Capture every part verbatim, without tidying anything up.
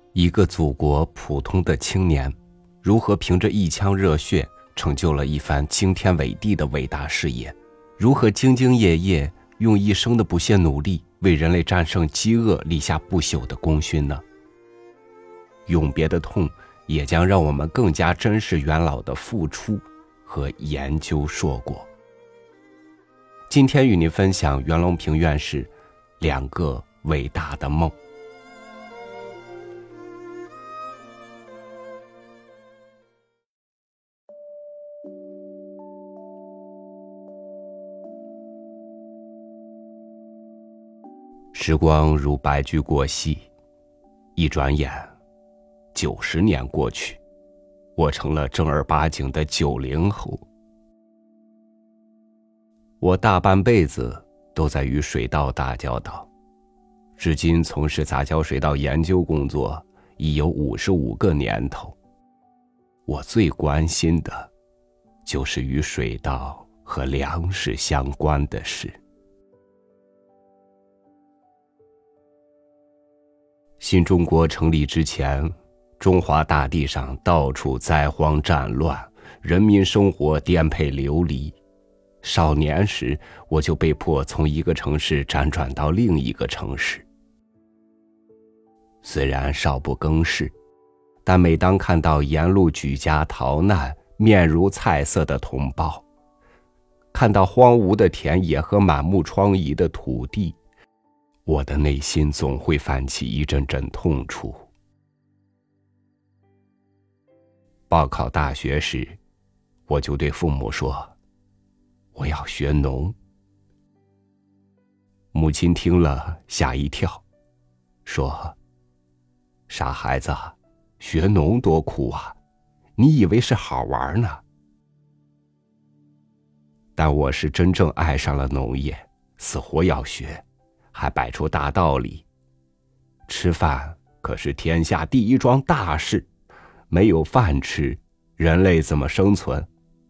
一个祖国普通的青年，如何凭着一腔热血成就了一番惊天伟地的伟大事业，如何兢兢业业用一生的不懈努力为人类战胜饥饿立下不朽的功勋呢？永别的痛也将让我们更加珍视元老的付出和研究硕果。今天与您分享袁隆平院士两个伟大的梦。时光如白驹过隙，一转眼九十年过去，我成了正儿八经的九零后。我大半辈子都在与水稻打交道，至今从事杂交水稻研究工作已有五十五个年头。我最关心的就是与水稻和粮食相关的事。新中国成立之前，中华大地上到处灾荒战乱，人民生活颠沛流离。少年时，我就被迫从一个城市辗转到另一个城市。虽然少不更事，但每当看到沿路举家逃难、面如菜色的同胞，看到荒芜的田野和满目疮痍的土地，我的内心总会泛起一阵阵痛楚。报考大学时，我就对父母说，我要学农。母亲听了吓一跳，说，傻孩子，学农多苦啊，你以为是好玩呢？但我是真正爱上了农业，死活要学，还摆出大道理。吃饭可是天下第一桩大事，没有饭吃，人类怎么生存？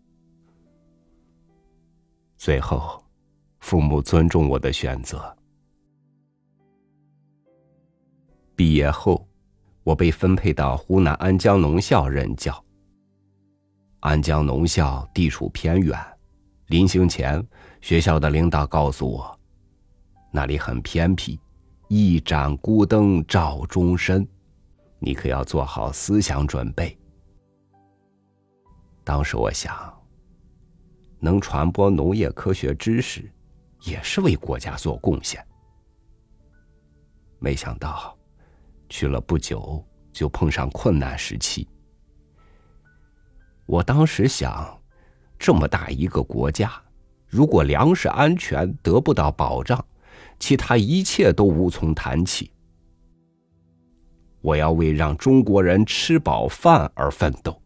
最后，父母尊重我的选择。毕业后，我被分配到湖南安江农校任教。安江农校地处偏远，临行前，学校的领导告诉我，那里很偏僻，一盏孤灯照终身，你可要做好思想准备。当时我想，能传播农业科学知识，也是为国家做贡献。没想到，去了不久，就碰上困难时期。我当时想，这么大一个国家，如果粮食安全得不到保障，其他一切都无从谈起。我要为让中国人吃饱饭而奋斗。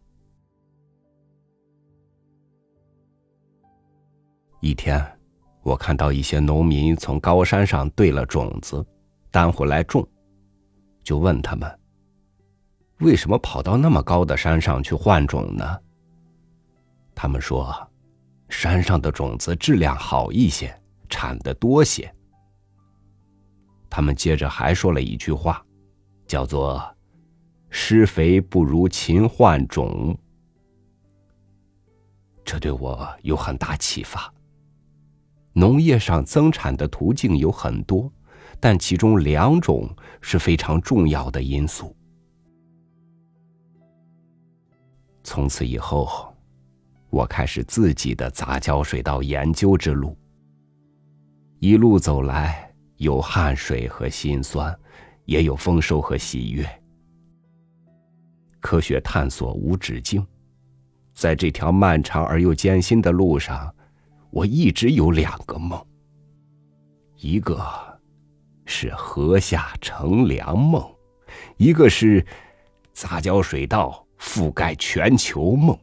一天，我看到一些农民从高山上兑了种子，担回来种，就问他们，为什么跑到那么高的山上去换种呢？他们说，山上的种子质量好一些，产得多些。他们接着还说了一句话，叫做施肥不如勤换种。这对我有很大启发。农业上增产的途径有很多，但其中两种是非常重要的因素。从此以后，我开始自己的杂交水稻研究之路。一路走来，有汗水和辛酸，也有丰收和喜悦。科学探索无止境，在这条漫长而又艰辛的路上，我一直有两个梦，一个是禾下乘凉梦，一个是杂交水稻覆盖全球梦。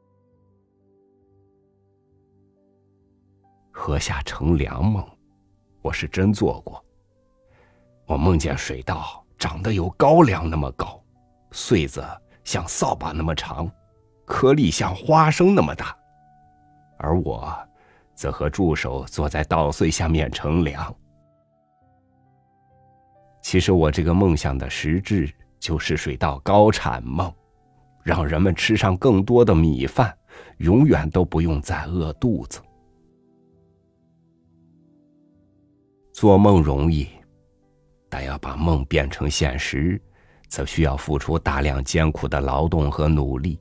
禾下乘凉梦，我是真做过。我梦见水稻长得有高粱那么高，穗子像扫把那么长，颗粒像花生那么大，而我则和助手坐在稻穗下面乘凉。其实我这个梦想的实质就是水稻高产梦，让人们吃上更多的米饭，永远都不用再饿肚子。做梦容易，但要把梦变成现实，则需要付出大量艰苦的劳动和努力。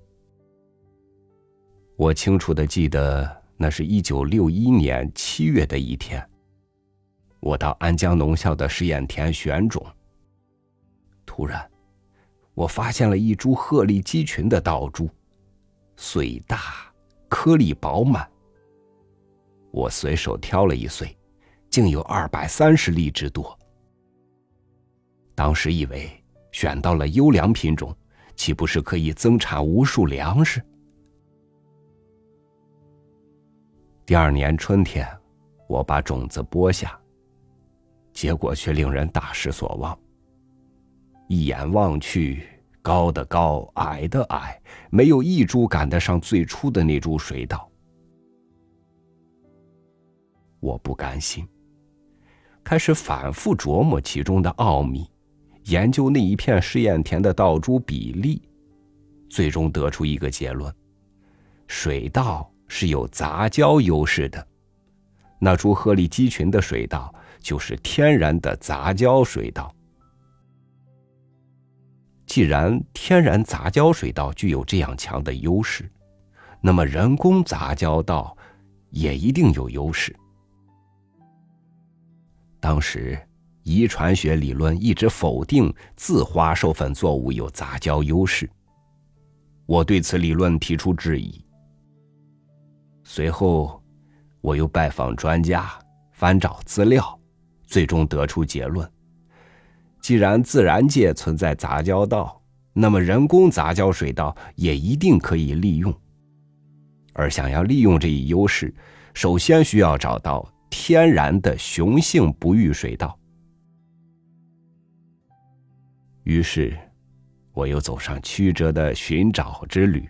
我清楚地记得，那是一九六一年七月的一天，我到安江农校的试验田选种，突然我发现了一株鹤立鸡群的稻株，穗大颗粒饱满。我随手挑了一穗，竟有二百三十粒之多。当时以为选到了优良品种，岂不是可以增产无数粮食？第二年春天，我把种子播下，结果却令人大失所望。一眼望去，高的高，矮的矮，没有一株赶得上最初的那株水稻。我不甘心，开始反复琢磨其中的奥秘，研究那一片试验田的稻株比例，最终得出一个结论：水稻是有杂交优势的，那株鹤立鸡群的水稻就是天然的杂交水稻。既然天然杂交水稻具有这样强的优势，那么人工杂交稻也一定有优势。当时遗传学理论一直否定自花授粉作物有杂交优势，我对此理论提出质疑。随后我又拜访专家，翻找资料，最终得出结论：既然自然界存在杂交稻，那么人工杂交水稻也一定可以利用。而想要利用这一优势，首先需要找到天然的雄性不育水稻。于是我又走上曲折的寻找之旅。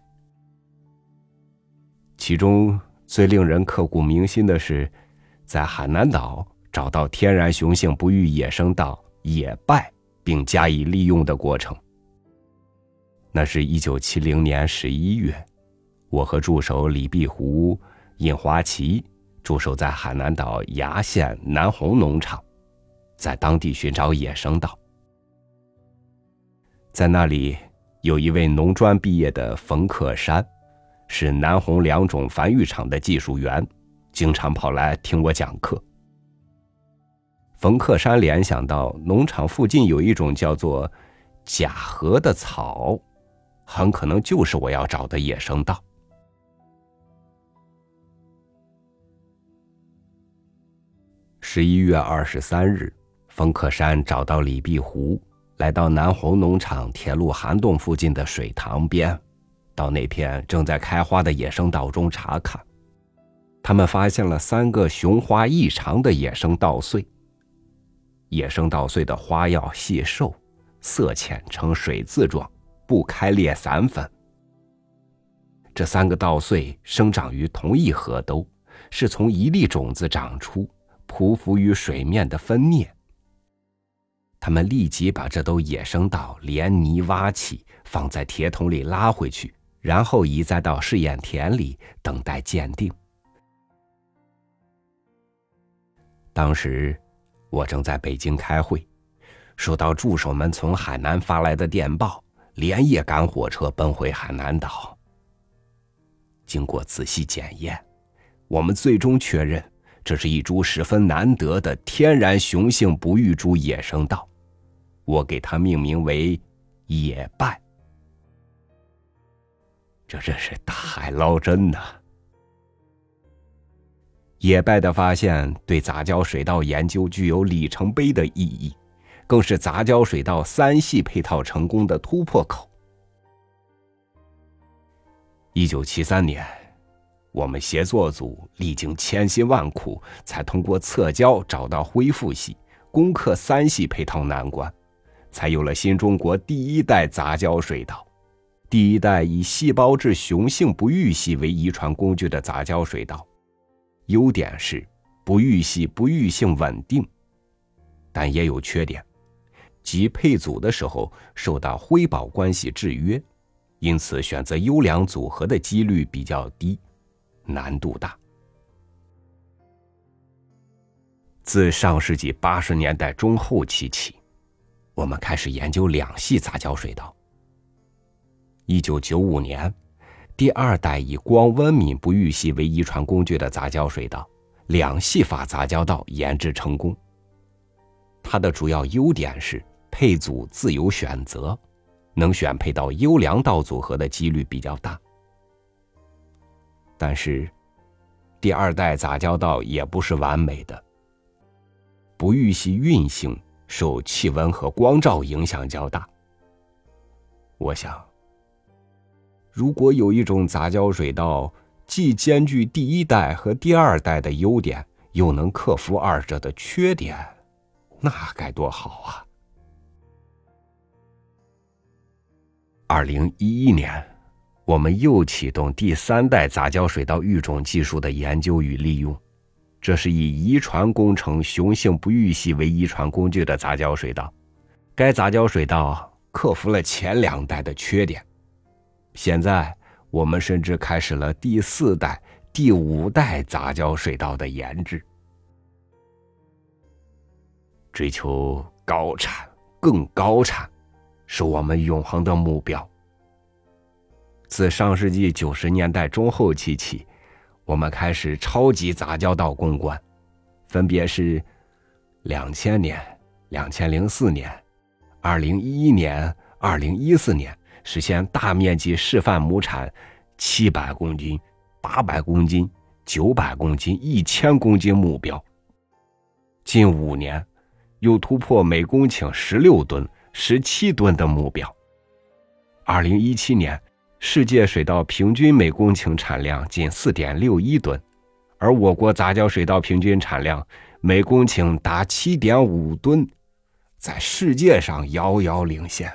其中最令人刻骨铭心的是，在海南岛找到天然雄性不育野生稻野败并加以利用的过程。那是一九七零年十一月，我和助手李碧湖、尹华奇驻守在海南岛崖县南红农场，在当地寻找野生稻。在那里有一位农专毕业的冯克山，是南红两种繁育场的技术员，经常跑来听我讲课。冯克山联想到农场附近有一种叫做甲禾的草，很可能就是我要找的野生稻。十一月二十三日，冯克山找到李碧湖，来到南红农场铁路涵洞附近的水塘边，到那片正在开花的野生稻中查看。他们发现了三个雄花异常的野生稻穗。野生稻穗的花药细瘦，色浅呈水渍状，不开裂散粉。这三个稻穗生长于同一河兜，是从一粒种子长出，匍匐于水面的分蘖。他们立即把这兜野生稻连泥挖起，放在铁桶里拉回去，然后移栽到试验田里，等待鉴定。当时我正在北京开会，收到助手们从海南发来的电报，连夜赶火车奔回海南岛。经过仔细检验，我们最终确认这是一株十分难得的天然雄性不育株野生稻，我给它命名为野败。这真是大海捞针呐！野败的发现对杂交水稻研究具有里程碑的意义，更是杂交水稻三系配套成功的突破口。一九七三年，我们协作组历经千辛万苦，才通过测交找到恢复系，攻克三系配套难关，才有了新中国第一代杂交水稻。第一代以细胞质雄性不育系为遗传工具的杂交水稻，优点是不育系不育性稳定，但也有缺点， 及配组的时候受到辉宝关系制约，因此选择优良组合的几率比较低，难度大。自上世纪八十年代中后期起，我们开始研究两系杂交水稻。一九九五年，第二代以光温敏不育系为遗传工具的杂交水稻两系法杂交稻研制成功。它的主要优点是配组自由选择，能选配到优良稻组合的几率比较大。但是第二代杂交稻也不是完美的，不育系运性受气温和光照影响较大。我想，如果有一种杂交水稻既兼具第一代和第二代的优点，又能克服二者的缺点，那该多好啊！二零一一年，我们又启动第三代杂交水稻育种技术的研究与利用。这是以遗传工程雄性不育系为遗传工具的杂交水稻。该杂交水稻克服了前两代的缺点。现在我们甚至开始了第四代、第五代杂交水稻的研制。追求高产、更高产，是我们永恒的目标。自上世纪九十年代中后期起，我们开始超级杂交稻攻关，分别是两千年、两千零四年、二零一一年、二零一四年，实现大面积示范亩产七百公斤、八百公斤、九百公斤、一千公斤目标。近五年，又突破每公顷十六吨、十七吨的目标。二零一七年，世界水稻平均每公顷产量仅 四点六一吨，而我国杂交水稻平均产量每公顷达 七点五吨，在世界上遥遥领先。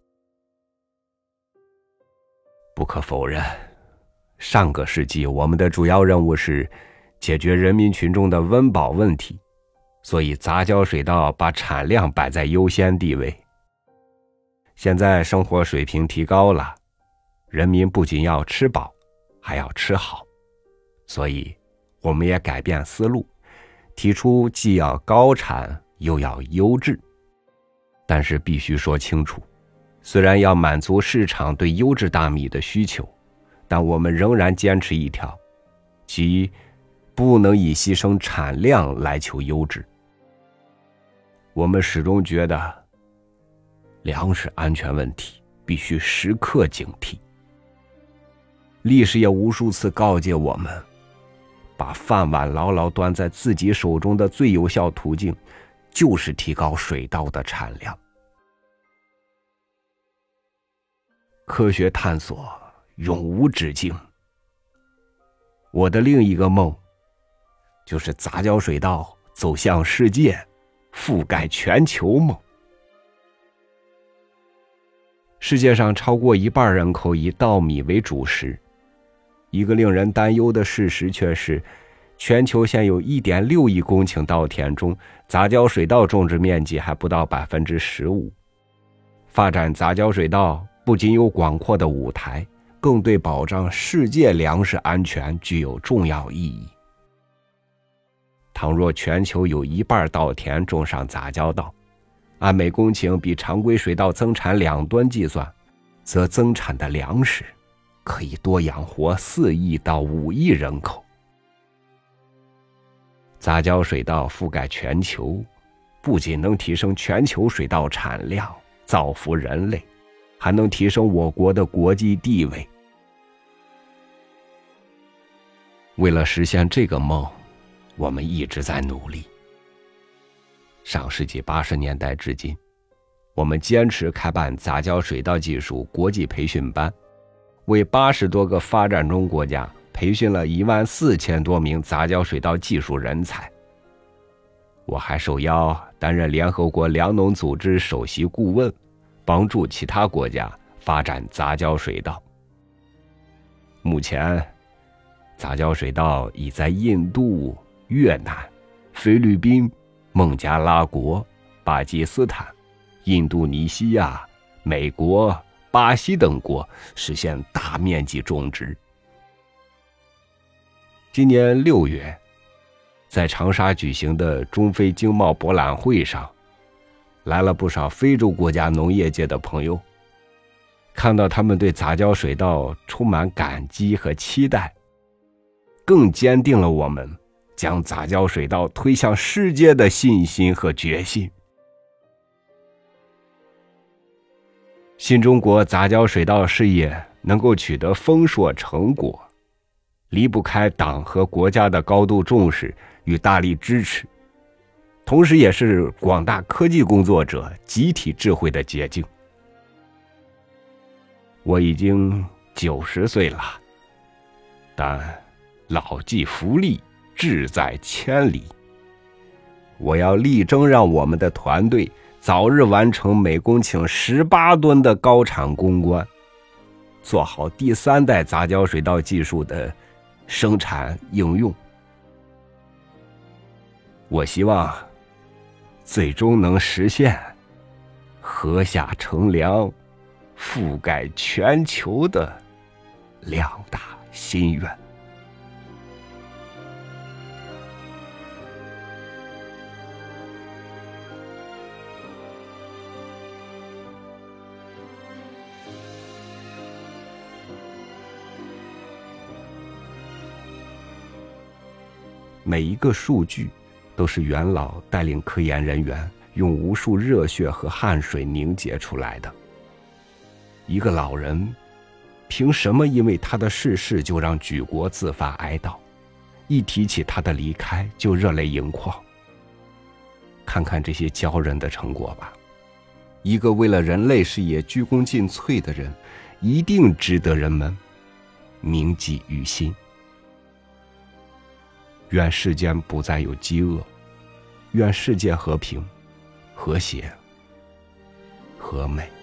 不可否认，上个世纪我们的主要任务是解决人民群众的温饱问题，所以杂交水稻把产量摆在优先地位。现在生活水平提高了，人民不仅要吃饱，还要吃好，所以我们也改变思路，提出既要高产又要优质。但是必须说清楚，虽然要满足市场对优质大米的需求，但我们仍然坚持一条，即不能以牺牲产量来求优质。我们始终觉得粮食安全问题必须时刻警惕。历史也无数次告诫我们，把饭碗牢牢端在自己手中的最有效途径，就是提高水稻的产量。科学探索永无止境。我的另一个梦，就是杂交水稻走向世界，覆盖全球梦。世界上超过一半人口以稻米为主食，一个令人担忧的事实却是，全球现有 一点六亿公顷稻田中，杂交水稻种植面积还不到 百分之十五。 发展杂交水稻不仅有广阔的舞台，更对保障世界粮食安全具有重要意义。倘若全球有一半稻田种上杂交稻，按每公顷比常规水稻增产两吨计算，则增产的粮食可以多养活四亿到五亿人口。杂交水稻覆盖全球，不仅能提升全球水稻产量，造福人类，还能提升我国的国际地位。为了实现这个梦，我们一直在努力。上世纪八十年代至今，我们坚持开办杂交水稻技术国际培训班，为八十多个发展中国家培训了一万四千多名杂交水稻技术人才。我还受邀担任联合国粮农组织首席顾问，帮助其他国家发展杂交水稻。目前，杂交水稻已在印度、越南、菲律宾、孟加拉国、巴基斯坦、 印度尼西亚、美国、巴西等国实现大面积种植。今年六月，在长沙举行的中非经贸博览会上，来了不少非洲国家农业界的朋友。看到他们对杂交水稻充满感激和期待，更坚定了我们将杂交水稻推向世界的信心和决心。新中国杂交水稻事业能够取得丰硕成果，离不开党和国家的高度重视与大力支持，同时也是广大科技工作者集体智慧的结晶。我已经九十岁了，但老骥伏枥，志在千里。我要力争让我们的团队早日完成每公顷十八吨的高产攻关，做好第三代杂交水稻技术的生产应用。我希望最终能实现禾下乘凉，覆盖全球的两大心愿。每一个数据都是元老带领科研人员用无数热血和汗水凝结出来的。一个老人凭什么因为他的逝世就让举国自发哀悼，一提起他的离开就热泪盈眶？看看这些骄人的成果吧，一个为了人类事业鞠躬尽瘁的人，一定值得人们铭记于心。愿世间不再有饥饿，愿世界和平、和谐、和美。